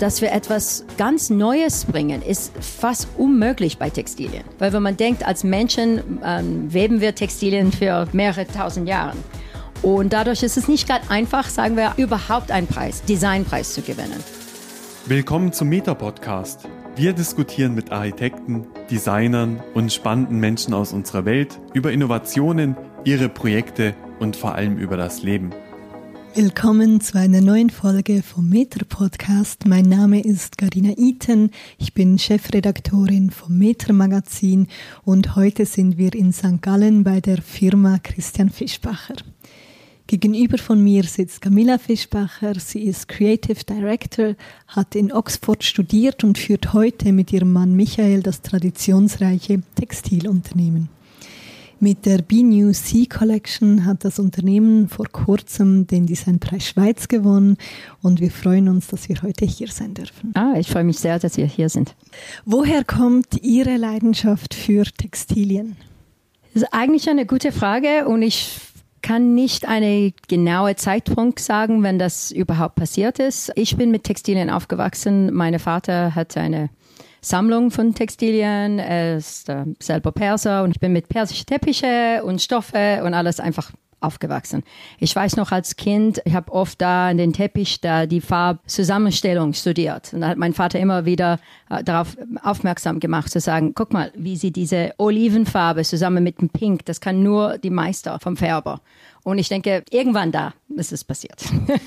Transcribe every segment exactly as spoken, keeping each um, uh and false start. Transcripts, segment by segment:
dass wir etwas ganz Neues bringen, ist fast unmöglich bei Textilien. Weil wenn man denkt, als Menschen ähm, weben wir Textilien für mehrere tausend Jahre. Und dadurch ist es nicht gerade einfach, sagen wir, überhaupt einen Preis, Designpreis zu gewinnen. Willkommen zum Meta-Podcast. Wir diskutieren mit Architekten, Designern und spannenden Menschen aus unserer Welt über Innovationen, ihre Projekte und vor allem über das Leben. Willkommen zu einer neuen Folge vom Meter-Podcast. Mein Name ist Carina Iten, ich bin Chefredaktorin vom Meter-Magazin und heute sind wir in Sankt Gallen bei der Firma Christian Fischbacher. Gegenüber von mir sitzt Camilla Fischbacher, sie ist Creative Director, hat in Oxford studiert und führt heute mit ihrem Mann Michael das traditionsreiche Textilunternehmen. Mit der B New C Collection hat das Unternehmen vor kurzem den Designpreis Schweiz gewonnen und wir freuen uns, dass wir heute hier sein dürfen. Ah, ich freue mich sehr, dass wir hier sind. Woher kommt Ihre Leidenschaft für Textilien? Das ist eigentlich eine gute Frage und ich kann nicht einen genauen Zeitpunkt sagen, wenn das überhaupt passiert ist. Ich bin mit Textilien aufgewachsen. Mein Vater hatte eine Sammlung von Textilien. Er ist äh, selber Perser und ich bin mit persischen Teppiche und Stoffe und alles einfach aufgewachsen. Ich weiß noch als Kind, ich habe oft da in den Teppich da die Farbzusammenstellung studiert. Und da hat mein Vater immer wieder äh, darauf aufmerksam gemacht, zu sagen, guck mal, wie sie diese Olivenfarbe zusammen mit dem Pink, das kann nur die Meister vom Färber. Und ich denke, irgendwann da ist es passiert.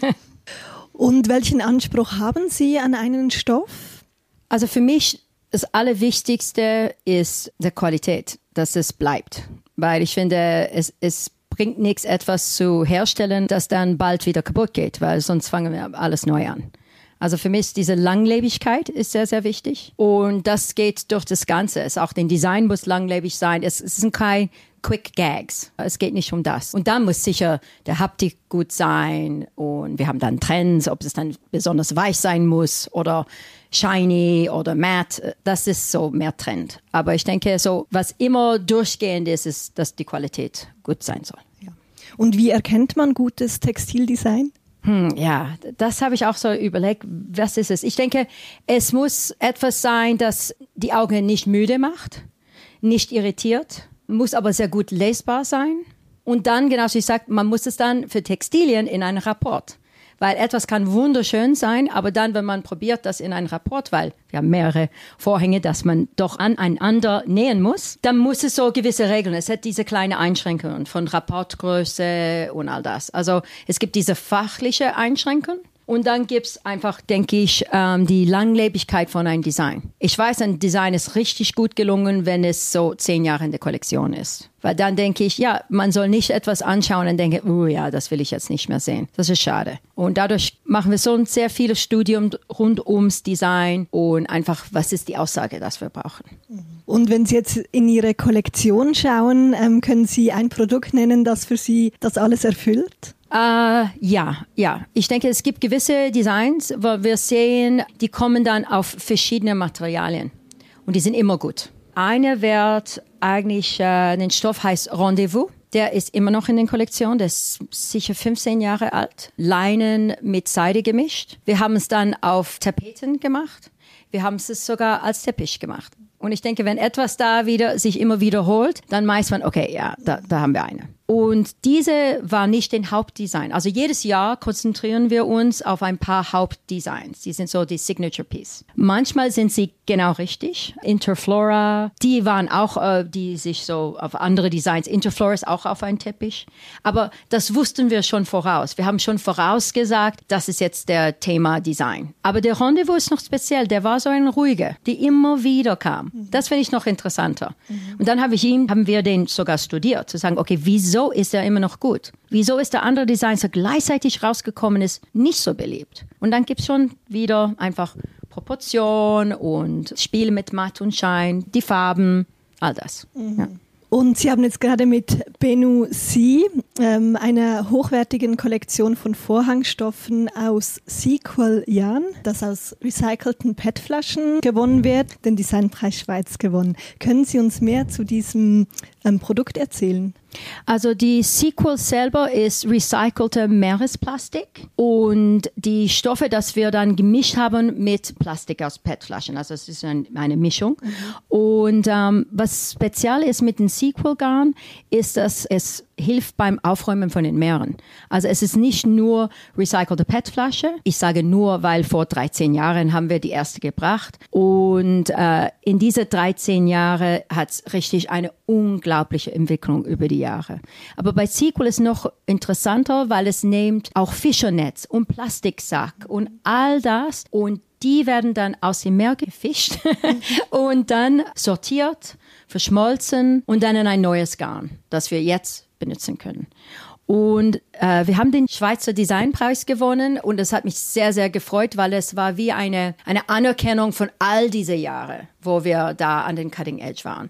Und welchen Anspruch haben Sie an einen Stoff? Also für mich, das Allerwichtigste ist die Qualität, dass es bleibt. Weil ich finde, es ist bringt nichts, etwas zu herstellen, das dann bald wieder kaputt geht, weil sonst fangen wir alles neu an. Also für mich ist diese Langlebigkeit ist sehr, sehr wichtig. Und das geht durch das Ganze. Es auch den Design muss langlebig sein. Es, es sind keine Quick Gags. Es geht nicht um das. Und dann muss sicher der Haptik gut sein. Und wir haben dann Trends, ob es dann besonders weich sein muss oder shiny oder matte. Das ist so mehr Trend. Aber ich denke, so was immer durchgehend ist, ist, dass die Qualität gut sein soll. Ja. Und wie erkennt man gutes Textildesign? Hm, ja, das habe ich auch so überlegt. Was ist es? Ich denke, es muss etwas sein, das die Augen nicht müde macht, nicht irritiert, muss aber sehr gut lesbar sein. Und dann, genau wie ich sage, man muss es dann für Textilien in einen Rapport. Weil etwas kann wunderschön sein, aber dann, wenn man probiert, das in einen Rapport, weil wir haben mehrere Vorhänge, dass man doch aneinander nähen muss, dann muss es so gewisse Regeln. Es hat diese kleine Einschränkungen von Rapportgröße und all das. Also es gibt diese fachliche Einschränkungen. Und dann gibt es einfach, denke ich, ähm, die Langlebigkeit von einem Design. Ich weiß, ein Design ist richtig gut gelungen, wenn es so zehn Jahre in der Kollektion ist. Weil dann denke ich, ja, man soll nicht etwas anschauen und denken, oh ja, das will ich jetzt nicht mehr sehen. Das ist schade. Und dadurch machen wir so ein sehr vieles Studium rund ums Design und einfach, was ist die Aussage, das wir brauchen. Und wenn Sie jetzt in Ihre Kollektion schauen, ähm, können Sie ein Produkt nennen, das für Sie das alles erfüllt? Uh, ja, ja. Ich denke, es gibt gewisse Designs, wo wir sehen, die kommen dann auf verschiedene Materialien und die sind immer gut. Eine wird eigentlich, äh, den Stoff heißt Rendezvous. Der ist immer noch in den Kollektionen, der ist sicher fünfzehn Jahre alt. Leinen mit Seide gemischt. Wir haben es dann auf Tapeten gemacht. Wir haben es sogar als Teppich gemacht. Und ich denke, wenn etwas da wieder sich immer wiederholt, dann weiß man, okay, ja, da, da haben wir eine. Und diese war nicht den Hauptdesign. Also jedes Jahr konzentrieren wir uns auf ein paar Hauptdesigns. Die sind so die Signature Piece. Manchmal sind sie genau richtig. Interflora, die waren auch, äh, die sich so auf andere Designs. Interflora ist auch auf einen Teppich. Aber das wussten wir schon voraus. Wir haben schon vorausgesagt, das ist jetzt der Thema Design. Aber der Rendezvous ist noch speziell. Der war so ein ruhiger, die immer wieder kam. Das finde ich noch interessanter. Mhm. Und dann habe ich ihn, haben wir den sogar studiert, zu sagen, okay, wieso ist er immer noch gut? Wieso ist der andere Design, der gleichzeitig rausgekommen ist, nicht so beliebt? Und dann gibt es schon wieder einfach Proportion und Spiel mit Matt und Schein, die Farben, all das. Mhm. Ja. Und Sie haben jetzt gerade mit B New C ähm, einer hochwertigen Kollektion von Vorhangstoffen aus Sequel-Yarn, das aus recycelten P E T-Flaschen gewonnen wird, den Designpreis Schweiz gewonnen. Können Sie uns mehr zu diesem ähm, Produkt erzählen? Also die Sequel selber ist recycelte Meeresplastik und die Stoffe, das wir dann gemischt haben mit Plastik aus P E T-Flaschen. Also es ist ein, eine Mischung. Mhm. Und ähm, was speziell ist mit dem Sequel-Garn, ist, dass es hilft beim Aufräumen von den Meeren. Also es ist nicht nur recycelte P E T-Flasche. Ich sage nur, weil vor dreizehn Jahren haben wir die erste gebracht. Und äh, in diese dreizehn Jahre hat es richtig eine unglaubliche Entwicklung über die Jahre. Aber bei Sequel ist noch interessanter, weil es nimmt auch Fischernetz und Plastiksack und all das und die werden dann aus dem Meer gefischt und dann sortiert, verschmolzen und dann in ein neues Garn, das wir jetzt benutzen können. Und äh, wir haben den Schweizer Designpreis gewonnen und es hat mich sehr, sehr gefreut, weil es war wie eine, eine Anerkennung von all diese Jahre, wo wir da an den Cutting Edge waren.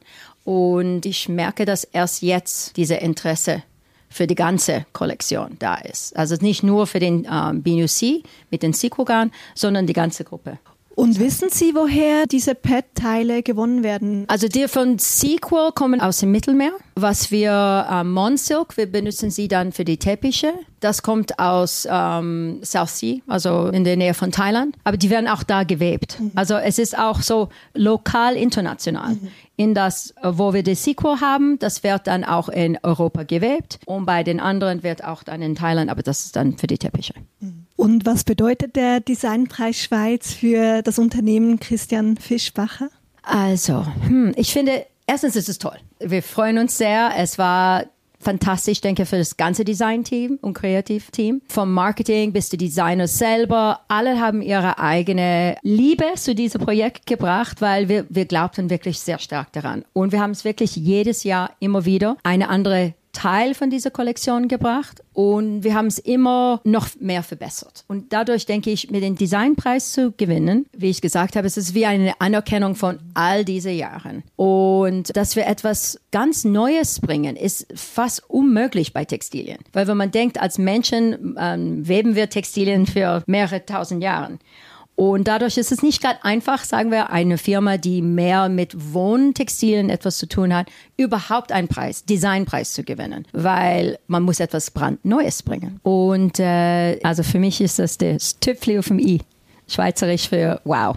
Und ich merke, dass erst jetzt diese Interesse für die ganze Kollektion da ist. Also nicht nur für den ähm, B N U C mit den Sequel-Garn, sondern die ganze Gruppe. Und wissen Sie, woher diese P E T-Teile gewonnen werden? Also die von Sequel kommen aus dem Mittelmeer. Was wir äh, Monsilk, wir benutzen sie dann für die Teppiche. Das kommt aus ähm, South Sea, also in der Nähe von Thailand. Aber die werden auch da gewebt. Mhm. Also es ist auch so lokal, international. Mhm. In das, wo wir die Sequel haben, das wird dann auch in Europa gewebt. Und bei den anderen wird auch dann in Thailand, aber das ist dann für die Teppiche. Mhm. Und was bedeutet der Designpreis Schweiz für das Unternehmen Christian Fischbacher? Also, hm, ich finde, erstens ist es toll. Wir freuen uns sehr. Es war fantastisch, denke ich, für das ganze Designteam und Kreativteam. Vom Marketing bis die Designer selber. Alle haben ihre eigene Liebe zu diesem Projekt gebracht, weil wir, wir glaubten wirklich sehr stark daran. Und wir haben es wirklich jedes Jahr immer wieder eine andere Teil von dieser Kollektion gebracht und wir haben es immer noch mehr verbessert. Und dadurch denke ich, mit dem Designpreis zu gewinnen, wie ich gesagt habe, es ist wie eine Anerkennung von all diesen Jahren. Und dass wir etwas ganz Neues bringen, ist fast unmöglich bei Textilien. Weil wenn man denkt, als Menschen ähm, weben wir Textilien für mehrere tausend Jahre. Und dadurch ist es nicht gerade einfach, sagen wir, eine Firma, die mehr mit Wohntextilien etwas zu tun hat, überhaupt einen Preis, Designpreis zu gewinnen, weil man muss etwas brandneues bringen. Und äh, also für mich ist das das Tüpfli auf dem i, Schweizerisch für wow.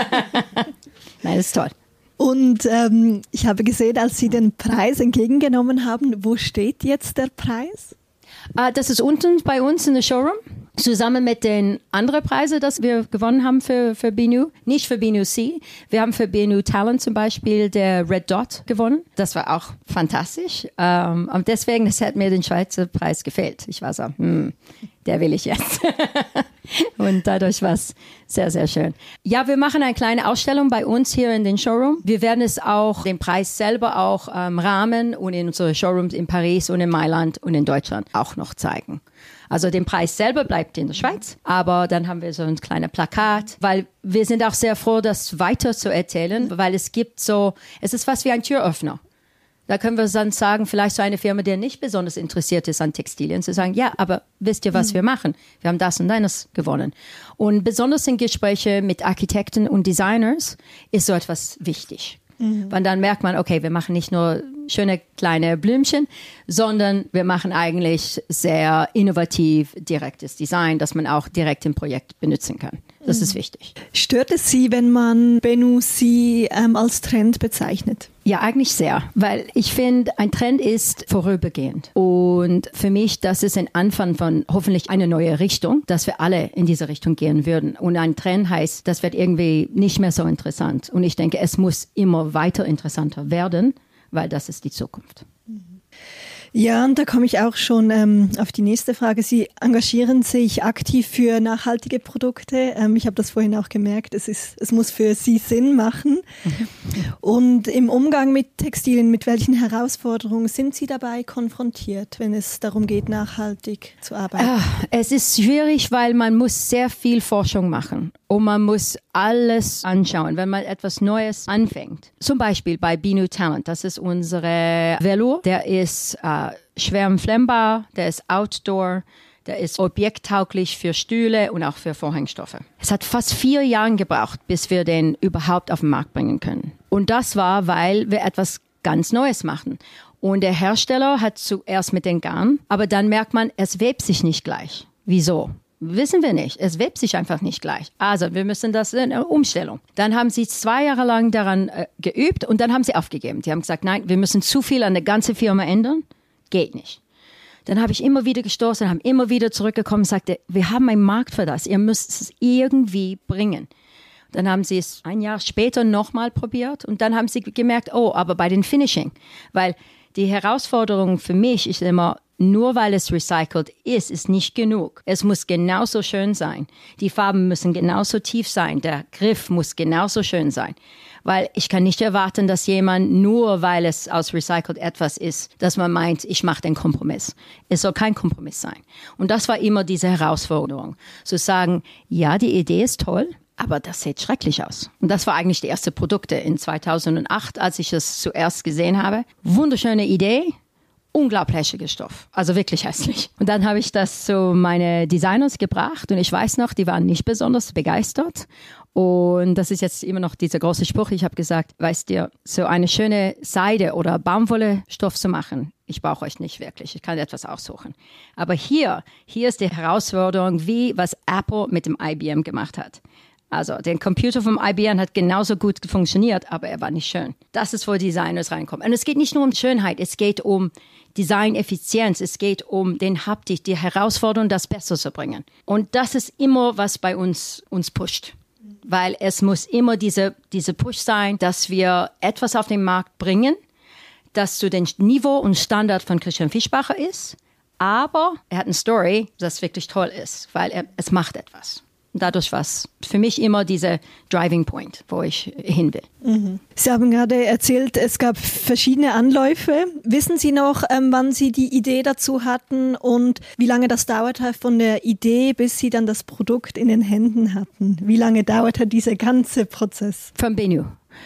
Nein, das ist toll. Und ähm, ich habe gesehen, als Sie den Preis entgegengenommen haben, wo steht jetzt der Preis? Uh, das ist unten bei uns in der Showroom, zusammen mit den anderen Preisen, die wir gewonnen haben für, für B N U. Nicht für B N U C. Wir haben für B N U Talent zum Beispiel der Red Dot gewonnen. Das war auch fantastisch. Um, und deswegen, das hat mir den Schweizer Preis gefehlt. Ich war so, hm, der will ich jetzt. Und dadurch war es sehr, sehr schön. Ja, wir machen eine kleine Ausstellung bei uns hier in den Showroom. Wir werden es auch, den Preis selber auch ähm, rahmen und in unsere Showrooms in Paris und in Mailand und in Deutschland auch noch zeigen. Also den Preis selber bleibt in der Schweiz, aber dann haben wir so ein kleines Plakat, weil wir sind auch sehr froh, das weiter zu erzählen, weil es gibt so, es ist fast wie ein Türöffner. Da können wir dann sagen, vielleicht so eine Firma, die nicht besonders interessiert ist an Textilien, zu sagen, ja, aber wisst ihr, was mhm. wir machen? Wir haben das und das gewonnen. Und besonders in Gesprächen mit Architekten und Designers ist so etwas wichtig. Mhm. Weil dann merkt man, okay, wir machen nicht nur schöne kleine Blümchen, sondern wir machen eigentlich sehr innovativ, direktes Design, das man auch direkt im Projekt benutzen kann. Das mhm. ist wichtig. Stört es Sie, wenn man B N U C ähm, als Trend bezeichnet? Ja, eigentlich sehr, weil ich finde, ein Trend ist vorübergehend. Und für mich, das ist ein Anfang von hoffentlich eine neue Richtung, dass wir alle in diese Richtung gehen würden. Und ein Trend heißt, das wird irgendwie nicht mehr so interessant. Und ich denke, es muss immer weiter interessanter werden, weil das ist die Zukunft. Ja, und da komme ich auch schon ähm, auf die nächste Frage. Sie engagieren sich aktiv für nachhaltige Produkte. Ähm, ich habe das vorhin auch gemerkt, es, ist, es muss für Sie Sinn machen. Mhm. Und im Umgang mit Textilien, mit welchen Herausforderungen sind Sie dabei konfrontiert, wenn es darum geht, nachhaltig zu arbeiten? Ah, es ist schwierig, weil man muss sehr viel Forschung machen und man muss alles anschauen, wenn man etwas Neues anfängt. Zum Beispiel bei B N U Talent, das ist unsere Velour, der ist äh, schwer entflammbar, der ist outdoor, der ist objekttauglich für Stühle und auch für Vorhängstoffe. Es hat fast vier Jahre gebraucht, bis wir den überhaupt auf den Markt bringen können. Und das war, weil wir etwas ganz Neues machen. Und der Hersteller hat zuerst mit den Garn, aber dann merkt man, es webt sich nicht gleich. Wieso? Wissen wir nicht. Es webt sich einfach nicht gleich. Also wir müssen das in eine Umstellung. Dann haben sie zwei Jahre lang daran äh, geübt und dann haben sie aufgegeben. Die haben gesagt, nein, wir müssen zu viel an der ganzen Firma ändern. Geht nicht. Dann habe ich immer wieder gestoßen, haben immer wieder zurückgekommen und sagte, wir haben einen Markt für das. Ihr müsst es irgendwie bringen. Dann haben sie es ein Jahr später nochmal probiert und dann haben sie gemerkt, oh, aber bei den Finishing. Weil die Herausforderung für mich ist immer, nur weil es recycelt ist, ist nicht genug. Es muss genauso schön sein. Die Farben müssen genauso tief sein. Der Griff muss genauso schön sein. Weil ich kann nicht erwarten, dass jemand, nur weil es aus recycelt etwas ist, dass man meint, ich mache den Kompromiss. Es soll kein Kompromiss sein. Und das war immer diese Herausforderung. Zu sagen, ja, die Idee ist toll, aber das sieht schrecklich aus. Und das war eigentlich die erste Produkte in zweitausendacht, als ich es zuerst gesehen habe. Wunderschöne Idee. Unglaublicher Stoff, also wirklich hässlich. Und dann habe ich das zu meinen Designers gebracht und ich weiß noch, die waren nicht besonders begeistert. Und das ist jetzt immer noch dieser große Spruch. Ich habe gesagt, weißt du, so eine schöne Seide oder Baumwolle-Stoff zu machen, ich brauche euch nicht wirklich, ich kann etwas aussuchen. Aber hier, hier ist die Herausforderung, wie was Apple mit dem I B M gemacht hat. Also der Computer vom I B M hat genauso gut funktioniert, aber er war nicht schön. Das ist, wo Designers reinkommen. Und es geht nicht nur um Schönheit, es geht um Designeffizienz, es geht um den Haptik, die Herausforderung, das besser zu bringen. Und das ist immer, was bei uns uns pusht. Weil es muss immer diese, diese Push sein, dass wir etwas auf den Markt bringen, das zu dem Niveau und Standard von Christian Fischbacher ist, aber er hat eine Story, das wirklich toll ist, weil er, es macht etwas. Dadurch war es für mich immer dieser Driving Point, wo ich hin will. Mhm. Sie haben gerade erzählt, es gab verschiedene Anläufe. Wissen Sie noch, ähm, wann Sie die Idee dazu hatten und wie lange das dauerte von der Idee, bis Sie dann das Produkt in den Händen hatten? Wie lange dauerte dieser ganze Prozess? Von Benu.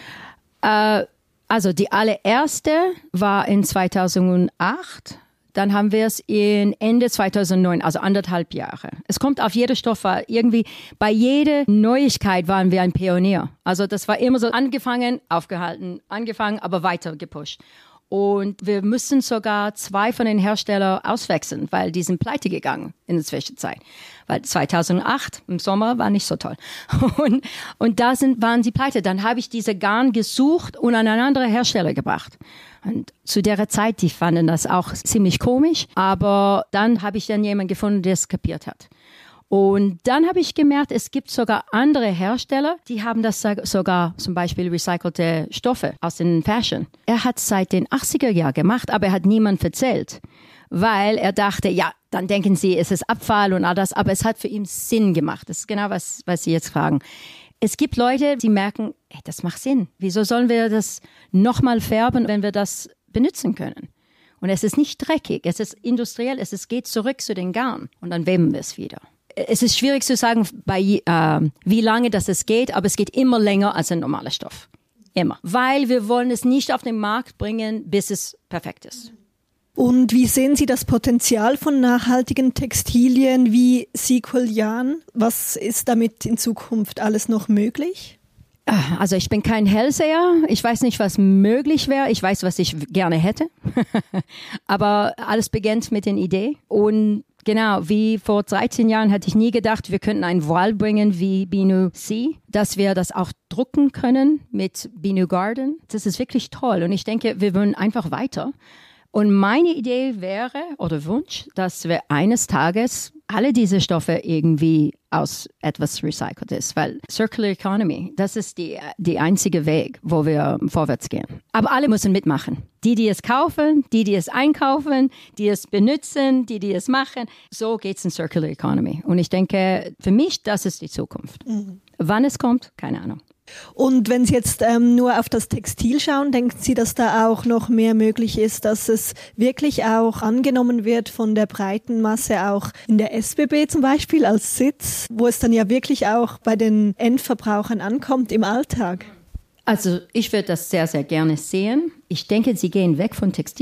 Äh, also die allererste war in zweitausendacht. Dann haben wir es in Ende zweitausendneun, also anderthalb Jahre. Es kommt auf jede Stoff, irgendwie bei jeder Neuigkeit waren wir ein Pionier. Also das war immer so angefangen, aufgehalten, angefangen, aber weiter gepusht. Und wir müssen sogar zwei von den Herstellern auswechseln, weil die sind pleite gegangen in der Zwischenzeit. Weil zweitausendacht im Sommer war nicht so toll. Und, und da sind, waren sie pleite. Dann habe ich diese Garn gesucht und an einen anderen Hersteller gebracht. Und zu der Zeit, die fanden das auch ziemlich komisch, aber dann habe ich dann jemanden gefunden, der es kapiert hat. Und dann habe ich gemerkt, es gibt sogar andere Hersteller, die haben das sogar, zum Beispiel recycelte Stoffe aus den Fashion. Er hat es seit den achtziger Jahren gemacht, aber er hat niemand erzählt, weil er dachte, ja, dann denken sie, es ist Abfall und all das, aber es hat für ihn Sinn gemacht. Das ist genau, was, was Sie jetzt fragen. Es gibt Leute, die merken, ey, das macht Sinn. Wieso sollen wir das nochmal färben, wenn wir das benutzen können? Und es ist nicht dreckig, es ist industriell, es ist, geht zurück zu den Garn und dann weben wir es wieder. Es ist schwierig zu sagen, bei, äh, wie lange das es geht, aber es geht immer länger als ein normaler Stoff. Immer. Weil wir wollen es nicht auf den Markt bringen, bis es perfekt ist. Und wie sehen Sie das Potenzial von nachhaltigen Textilien wie Sequelian? Was ist damit in Zukunft alles noch möglich? Also ich bin kein Hellseher. Ich weiß nicht, was möglich wäre. Ich weiß, was ich gerne hätte. Aber alles beginnt mit den Ideen. Und genau, wie vor dreizehn Jahren hätte ich nie gedacht, wir könnten ein Voile bringen wie Binu C, dass wir das auch drucken können mit Binu Garden. Das ist wirklich toll. Und ich denke, wir wollen einfach weiter. Und meine Idee wäre, oder Wunsch, dass wir eines Tages alle diese Stoffe irgendwie aus etwas recycelt ist, weil Circular Economy, das ist die, die einzige Weg, wo wir vorwärts gehen. Aber alle müssen mitmachen. Die, die es kaufen, die, die es einkaufen, die es benutzen, die, die es machen. So geht's in Circular Economy. Und ich denke, für mich, das ist die Zukunft. Mhm. Wann es kommt, keine Ahnung. Und wenn Sie jetzt ähm, nur auf das Textil schauen, denken Sie, dass da auch noch mehr möglich ist, dass es wirklich auch angenommen wird von der breiten Masse, auch in der S B B zum Beispiel als Sitz, wo es dann ja wirklich auch bei den Endverbrauchern ankommt im Alltag? Also ich würde das sehr, sehr gerne sehen. Ich denke, sie gehen weg von Textilien.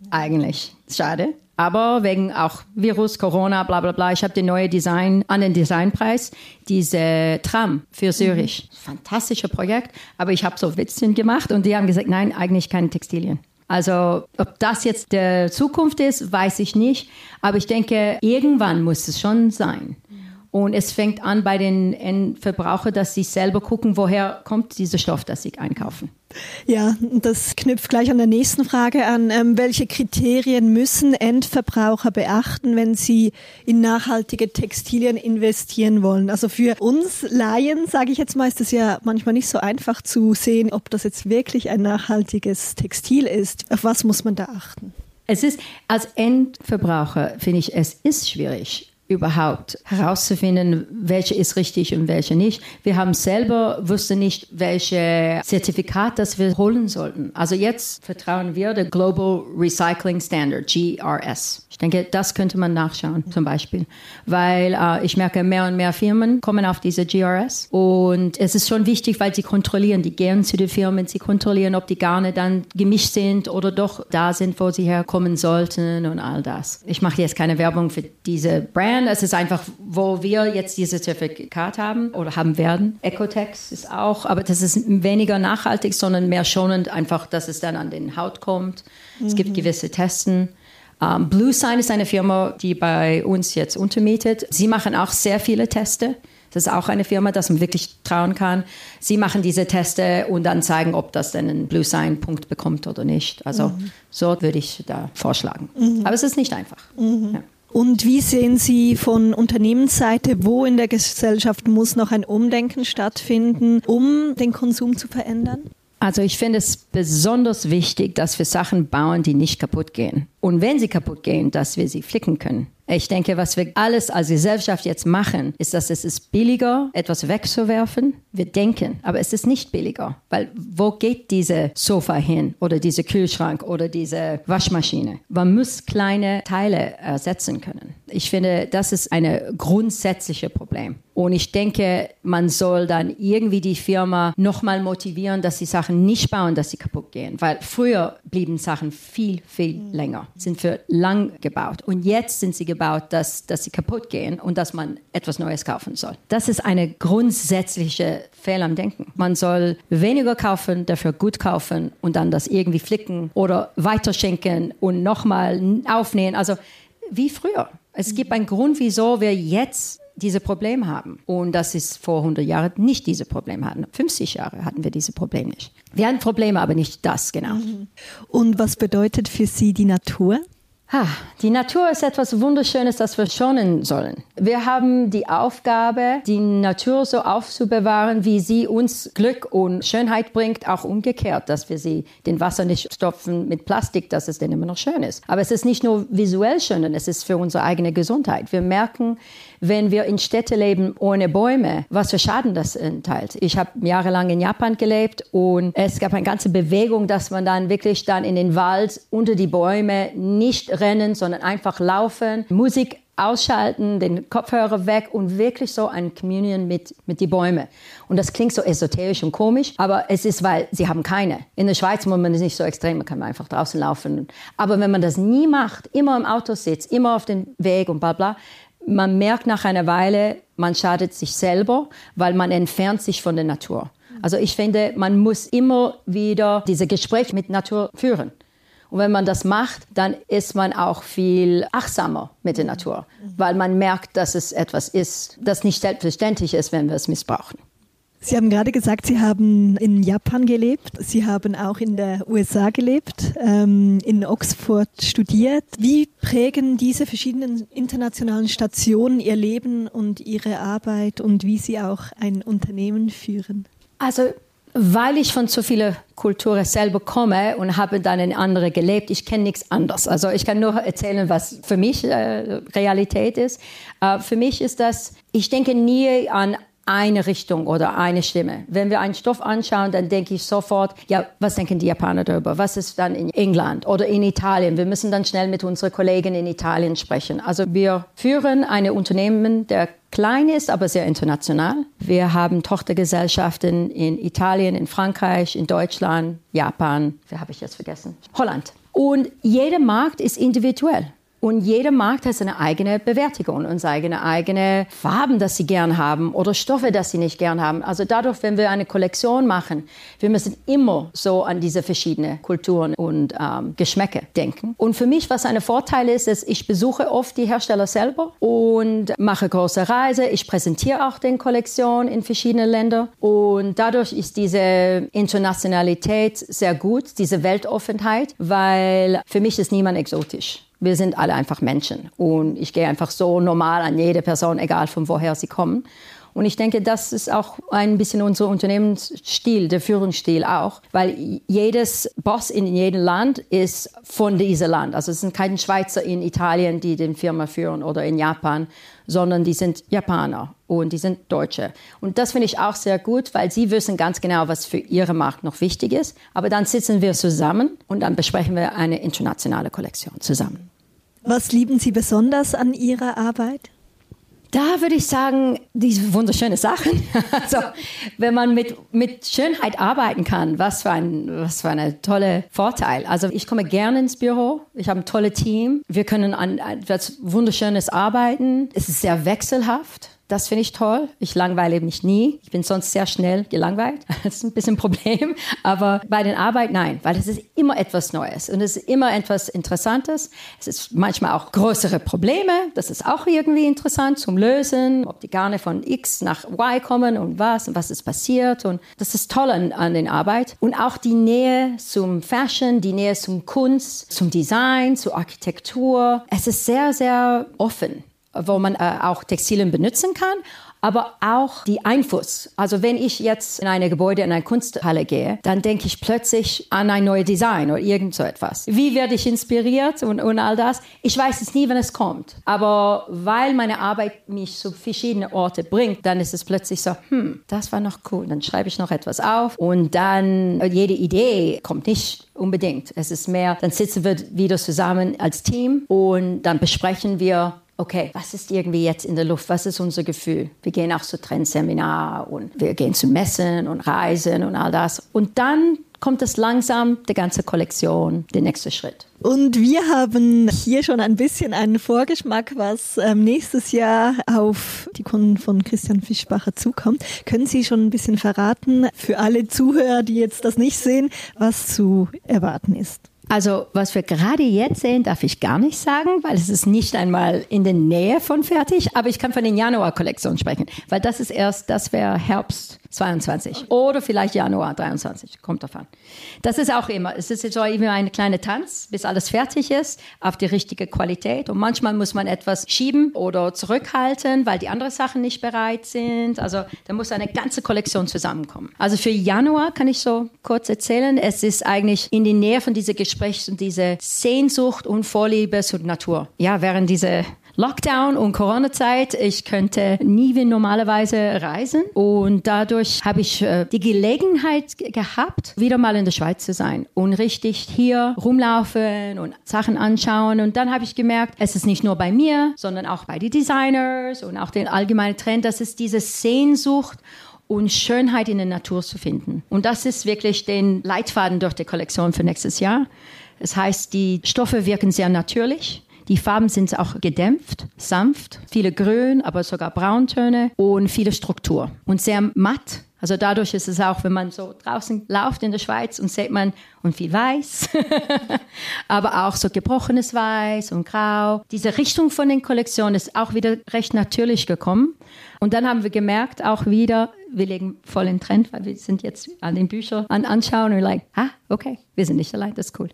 eigentlich. Schade. Aber wegen auch Virus, Corona, bla bla bla, ich habe den neuen Design an den Designpreis, diese Tram für Zürich. Mhm. Fantastisches Projekt, aber ich habe so Witzchen gemacht und die haben gesagt, nein, eigentlich keine Textilien. Also ob das jetzt der Zukunft ist, weiß ich nicht, aber ich denke, irgendwann muss es schon sein. Und es fängt an bei den Endverbrauchern, dass sie selber gucken, woher kommt dieser Stoff, das sie einkaufen. Ja, das knüpft gleich an der nächsten Frage an. Ähm, welche Kriterien müssen Endverbraucher beachten, wenn sie in nachhaltige Textilien investieren wollen? Also für uns Laien, sage ich jetzt mal, ist es ja manchmal nicht so einfach zu sehen, ob das jetzt wirklich ein nachhaltiges Textil ist. Auf was muss man da achten? Es ist, als Endverbraucher finde ich, es ist schwierig, überhaupt herauszufinden, welche ist richtig und welche nicht. Wir haben selber wussten nicht, welche Zertifikat das wir holen sollten. Also jetzt vertrauen wir der Global Recycling Standard, G R S. Ich denke, das könnte man nachschauen zum Beispiel, weil äh, ich merke, mehr und mehr Firmen kommen auf diese G R S und es ist schon wichtig, weil sie kontrollieren, die gehen zu den Firmen, sie kontrollieren, ob die Garne dann gemischt sind oder doch da sind, wo sie herkommen sollten und all das. Ich mache jetzt keine Werbung für diese Brand. Es ist einfach, wo wir jetzt dieses Zertifikat haben oder haben werden. Ecotex ist auch, aber das ist weniger nachhaltig, sondern mehr schonend, einfach, dass es dann an den Haut kommt. Mhm. Es gibt gewisse Testen. Um, Bluesign ist eine Firma, die bei uns jetzt untermietet. Sie machen auch sehr viele Teste. Das ist auch eine Firma, dass man wirklich trauen kann. Sie machen diese Teste und dann zeigen, ob das denn einen Bluesign-Punkt bekommt oder nicht. Also mhm. so würde ich da vorschlagen. Mhm. Aber es ist nicht einfach. Mhm. Ja. Und wie sehen Sie von Unternehmensseite, wo in der Gesellschaft muss noch ein Umdenken stattfinden, um den Konsum zu verändern? Also ich finde es besonders wichtig, dass wir Sachen bauen, die nicht kaputt gehen. Und wenn sie kaputt gehen, dass wir sie flicken können. Ich denke, was wir alles als Gesellschaft jetzt machen, ist, dass es ist billiger, etwas wegzuwerfen. Wir denken, aber es ist nicht billiger. Weil wo geht diese Sofa hin oder dieser Kühlschrank oder diese Waschmaschine? Man muss kleine Teile ersetzen können. Ich finde, das ist ein grundsätzliches Problem. Und ich denke, man soll dann irgendwie die Firma nochmal motivieren, dass sie Sachen nicht bauen, dass sie kaputt gehen. Weil früher blieben Sachen viel, viel länger, sind für lang gebaut. Und jetzt sind sie gebaut, dass, dass sie kaputt gehen und dass man etwas Neues kaufen soll. Das ist eine grundsätzliche Fehler am Denken. Man soll weniger kaufen, dafür gut kaufen und dann das irgendwie flicken oder weiterschenken und nochmal aufnähen. Also wie früher. Es gibt einen Grund, wieso wir jetzt diese Probleme haben. Und das ist vor hundert Jahren nicht diese Probleme hatten. fünfzig Jahre hatten wir diese Probleme nicht. Wir hatten Probleme, aber nicht das, genau. Und was bedeutet für Sie die Natur? Ah, die Natur ist etwas Wunderschönes, das wir schonen sollen. Wir haben die Aufgabe, die Natur so aufzubewahren, wie sie uns Glück und Schönheit bringt, auch umgekehrt, dass wir sie den Wasser nicht stopfen mit Plastik, dass es dann immer noch schön ist. Aber es ist nicht nur visuell schön, sondern es ist für unsere eigene Gesundheit. Wir merken, wenn wir in Städten leben ohne Bäume, was für Schaden das enthält. Ich habe jahrelang in Japan gelebt und es gab eine ganze Bewegung, dass man dann wirklich dann in den Wald unter die Bäume nicht rennen, sondern einfach laufen, Musik ausschalten, den Kopfhörer weg und wirklich so eine Communion mit, mit den Bäumen. Und das klingt so esoterisch und komisch, aber es ist, weil sie haben keine. In der Schweiz muss man es nicht so extrem, man kann einfach draußen laufen. Aber wenn man das nie macht, immer im Auto sitzt, immer auf dem Weg und bla bla, man merkt nach einer Weile, man schadet sich selber, weil man entfernt sich von der Natur. Also ich finde, man muss immer wieder diese Gespräche mit Natur führen. Und wenn man das macht, dann ist man auch viel achtsamer mit der Natur, weil man merkt, dass es etwas ist, das nicht selbstverständlich ist, wenn wir es missbrauchen. Sie haben gerade gesagt, Sie haben in Japan gelebt, Sie haben auch in der U S A gelebt, ähm, in Oxford studiert. Wie prägen diese verschiedenen internationalen Stationen Ihr Leben und Ihre Arbeit und wie Sie auch ein Unternehmen führen? Also weil ich von so vielen Kulturen selber komme und habe dann in andere gelebt, ich kenne nichts anderes. Also ich kann nur erzählen, was für mich äh, Realität ist. Äh, für mich ist das, ich denke nie an eine Richtung oder eine Stimme. Wenn wir einen Stoff anschauen, dann denke ich sofort, ja, was denken die Japaner darüber? Was ist dann in England oder in Italien? Wir müssen dann schnell mit unseren Kollegen in Italien sprechen. Also wir führen ein Unternehmen, der klein ist, aber sehr international. Wir haben Tochtergesellschaften in Italien, in Frankreich, in Deutschland, Japan, wer habe ich jetzt vergessen? Holland. Und jeder Markt ist individuell. Und jeder Markt hat seine eigene Bewertung und seine eigene Farben, das sie gern haben oder Stoffe, das sie nicht gern haben. Also dadurch, wenn wir eine Kollektion machen, wir müssen immer so an diese verschiedenen Kulturen und ähm, Geschmäcker denken. Und für mich, was ein Vorteil ist, ist, ich besuche oft die Hersteller selber und mache große Reisen. Ich präsentiere auch den Kollektionen in verschiedenen Ländern. Und dadurch ist diese Internationalität sehr gut, diese Weltoffenheit, weil für mich ist niemand exotisch. Wir sind alle einfach Menschen und ich gehe einfach so normal an jede Person, egal von woher sie kommen. Und ich denke, das ist auch ein bisschen unser Unternehmensstil, der Führungsstil auch, weil jedes Boss in jedem Land ist von diesem Land. Also es sind keine Schweizer in Italien, die die Firma führen oder in Japan, sondern die sind Japaner und die sind Deutsche. Und das finde ich auch sehr gut, weil sie wissen ganz genau, was für ihre Markt noch wichtig ist. Aber dann sitzen wir zusammen und dann besprechen wir eine internationale Kollektion zusammen. Was lieben Sie besonders an Ihrer Arbeit? Da würde ich sagen, diese wunderschönen Sachen. Also, wenn man mit, mit Schönheit arbeiten kann, was für ein, was für ein toller Vorteil. Also, ich komme gerne ins Büro. Ich habe ein tolles Team. Wir können an etwas Wunderschönes arbeiten. Es ist sehr wechselhaft. Das finde ich toll. Ich langweile mich nie. Ich bin sonst sehr schnell gelangweilt. Das ist ein bisschen ein Problem. Aber bei der Arbeit nein, weil es ist immer etwas Neues und es ist immer etwas Interessantes. Es ist manchmal auch größere Probleme. Das ist auch irgendwie interessant zum Lösen, ob die Garne von X nach Y kommen und was und was ist passiert. Und das ist toll an, an der Arbeit. Und auch die Nähe zum Fashion, die Nähe zum Kunst, zum Design, zur Architektur. Es ist sehr, sehr offen, wo man äh, auch Textilien benutzen kann, aber auch die Einfluss. Also wenn ich jetzt in ein Gebäude, in eine Kunsthalle gehe, dann denke ich plötzlich an ein neues Design oder irgend so etwas. Wie werde ich inspiriert und, und all das? Ich weiß es nie, wenn es kommt. Aber weil meine Arbeit mich zu verschiedenen Orten bringt, dann ist es plötzlich so, hm, das war noch cool. Dann schreibe ich noch etwas auf und dann, jede Idee kommt nicht unbedingt. Es ist mehr, dann sitzen wir wieder zusammen als Team und dann besprechen wir, okay, was ist irgendwie jetzt in der Luft? Was ist unser Gefühl? Wir gehen auch zu Trendseminar und wir gehen zu Messen und Reisen und all das. Und dann kommt es langsam, die ganze Kollektion, der nächste Schritt. Und wir haben hier schon ein bisschen einen Vorgeschmack, was ähm, nächstes Jahr auf die Kunden von Christian Fischbacher zukommt. Können Sie schon ein bisschen verraten, für alle Zuhörer, die jetzt das nicht sehen, was zu erwarten ist? Also was wir gerade jetzt sehen, darf ich gar nicht sagen, weil es ist nicht einmal in der Nähe von fertig. Aber ich kann von den Januar-Kollektionen sprechen, weil das ist erst, das wäre Herbst zweiundzwanzig oder vielleicht Januar dreiundzwanzig, kommt davon. Das ist auch immer, es ist so immer ein kleiner Tanz, bis alles fertig ist, auf die richtige Qualität. Und manchmal muss man etwas schieben oder zurückhalten, weil die anderen Sachen nicht bereit sind. Also da muss eine ganze Kollektion zusammenkommen. Also für Januar kann ich so kurz erzählen, es ist eigentlich in der Nähe von dieser Gesprächs- und dieser Sehnsucht und Vorliebe zur Natur. Ja, während dieser Lockdown und Corona-Zeit, ich könnte nie wie normalerweise reisen und dadurch habe ich äh, die Gelegenheit g- gehabt, wieder mal in der Schweiz zu sein und richtig hier rumlaufen und Sachen anschauen und dann habe ich gemerkt, es ist nicht nur bei mir, sondern auch bei den Designers und auch den allgemeinen Trend, dass es diese Sehnsucht und Schönheit in der Natur zu finden. Und das ist wirklich den Leitfaden durch die Kollektion für nächstes Jahr. Das heißt, die Stoffe wirken sehr natürlich. Die Farben sind auch gedämpft, sanft, viele Grün, aber sogar Brauntöne und viele Struktur und sehr matt. Also dadurch ist es auch, wenn man so draußen läuft in der Schweiz und sieht man und viel Weiß, aber auch so gebrochenes Weiß und Grau. Diese Richtung von den Kollektionen ist auch wieder recht natürlich gekommen. Und dann haben wir gemerkt, auch wieder, wir legen voll in Trend, weil wir sind jetzt an den Büchern an, anschauen und like, ah, okay, wir sind nicht allein, das ist cool.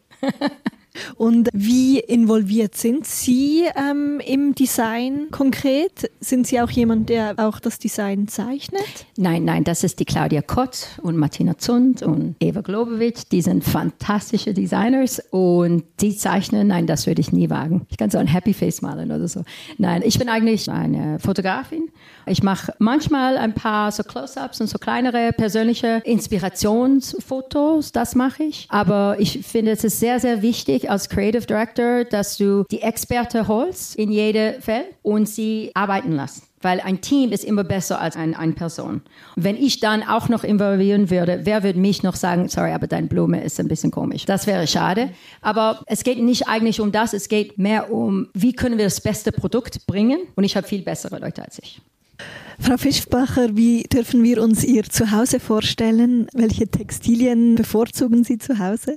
Und wie involviert sind Sie ähm, im Design konkret? Sind Sie auch jemand, der auch das Design zeichnet? Nein, nein, das ist die Claudia Kott und Martina Zund und Eva Globowitsch. Die sind fantastische Designers und die zeichnen, nein, das würde ich nie wagen. Ich kann so ein Happy Face malen oder so. Nein, ich bin eigentlich eine Fotografin. Ich mache manchmal ein paar so Close-ups und so kleinere persönliche Inspirationsfotos, das mache ich. Aber ich finde, es ist sehr, sehr wichtig als Creative Director, dass du die Experte holst in jedem Fall und sie arbeiten lässt. Weil ein Team ist immer besser als ein, eine Person. Und wenn ich dann auch noch involvieren würde, wer würde mich noch sagen, sorry, aber deine Blume ist ein bisschen komisch. Das wäre schade. Aber es geht nicht eigentlich um das, es geht mehr um, wie können wir das beste Produkt bringen. Und ich habe viel bessere Leute als ich. Frau Fischbacher, wie dürfen wir uns Ihr Zuhause vorstellen? Welche Textilien bevorzugen Sie zu Hause?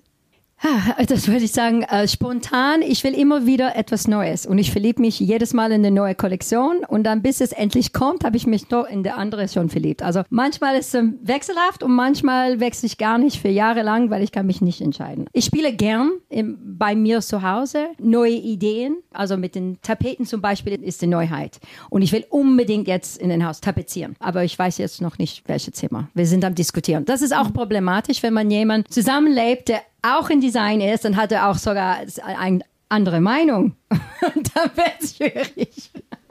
Das würde ich sagen, äh, spontan, ich will immer wieder etwas Neues und ich verliebe mich jedes Mal in eine neue Kollektion und dann, bis es endlich kommt, habe ich mich doch in der andere schon verliebt. Also manchmal ist es ähm, wechselhaft und manchmal wechsle ich gar nicht für Jahre lang, weil ich kann mich nicht entscheiden. Ich spiele gern im, bei mir zu Hause neue Ideen, also mit den Tapeten zum Beispiel ist die Neuheit und ich will unbedingt jetzt in den Haus tapezieren, aber ich weiß jetzt noch nicht, welche Zimmer. Wir sind am Diskutieren. Das ist auch problematisch, wenn man jemanden zusammenlebt, der auch in Design ist, dann hat er auch sogar eine andere Meinung. Und dann wird es schwierig.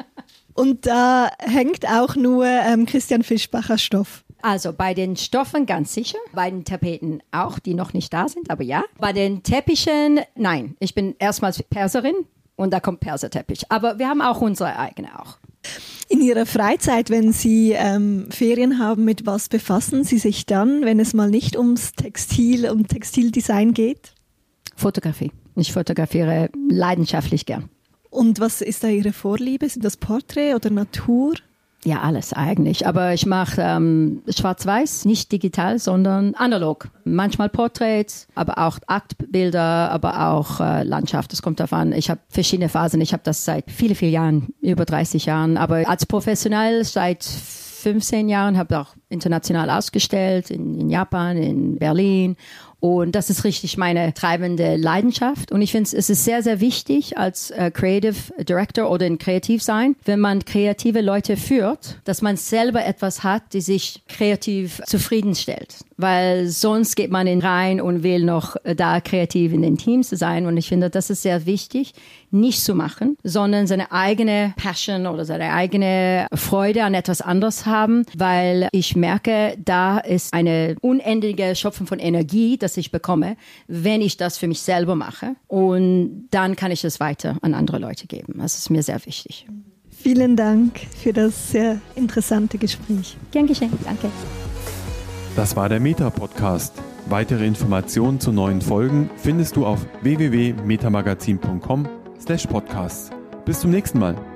Und da hängt auch nur ähm, Christian Fischbacher Stoff. Also bei den Stoffen ganz sicher, bei den Tapeten auch, die noch nicht da sind, aber ja. Bei den Teppichen, nein, ich bin erstmals Perserin und da kommt Perserteppich. Aber wir haben auch unsere eigene auch. In Ihrer Freizeit, wenn Sie ähm, Ferien haben, mit was befassen Sie sich dann, wenn es mal nicht ums Textil, um Textildesign geht? Fotografie. Ich fotografiere leidenschaftlich gern. Und was ist da Ihre Vorliebe? Sind das Porträt oder Natur? Ja, alles eigentlich. Aber ich mache ähm, schwarz-weiß, nicht digital, sondern analog. Manchmal Porträts, aber auch Aktbilder, aber auch äh, Landschaft. Das kommt darauf an. Ich habe verschiedene Phasen. Ich habe das seit vielen, vielen Jahren, über dreißig Jahren. Aber als professionell seit fünfzehn Jahren, habe auch international ausgestellt, in, in Japan, in Berlin. Und das ist richtig meine treibende Leidenschaft. Und ich finde, es ist sehr, sehr wichtig als äh, Creative Director oder in Kreativsein, wenn man kreative Leute führt, dass man selber etwas hat, die sich kreativ zufriedenstellt. Weil sonst geht man in rein und will noch äh, da kreativ in den Teams sein. Und ich finde, das ist sehr wichtig, nicht zu machen, sondern seine eigene Passion oder seine eigene Freude an etwas anderes haben. Weil ich merke, da ist eine unendliche Schöpfung von Energie, das ich bekomme, wenn ich das für mich selber mache. Und dann kann ich es weiter an andere Leute geben. Das ist mir sehr wichtig. Vielen Dank für das sehr interessante Gespräch. Gern geschehen, danke. Das war der Meta-Podcast. Weitere Informationen zu neuen Folgen findest du auf w w w punkt metamagazin punkt com slash podcast. Bis zum nächsten Mal.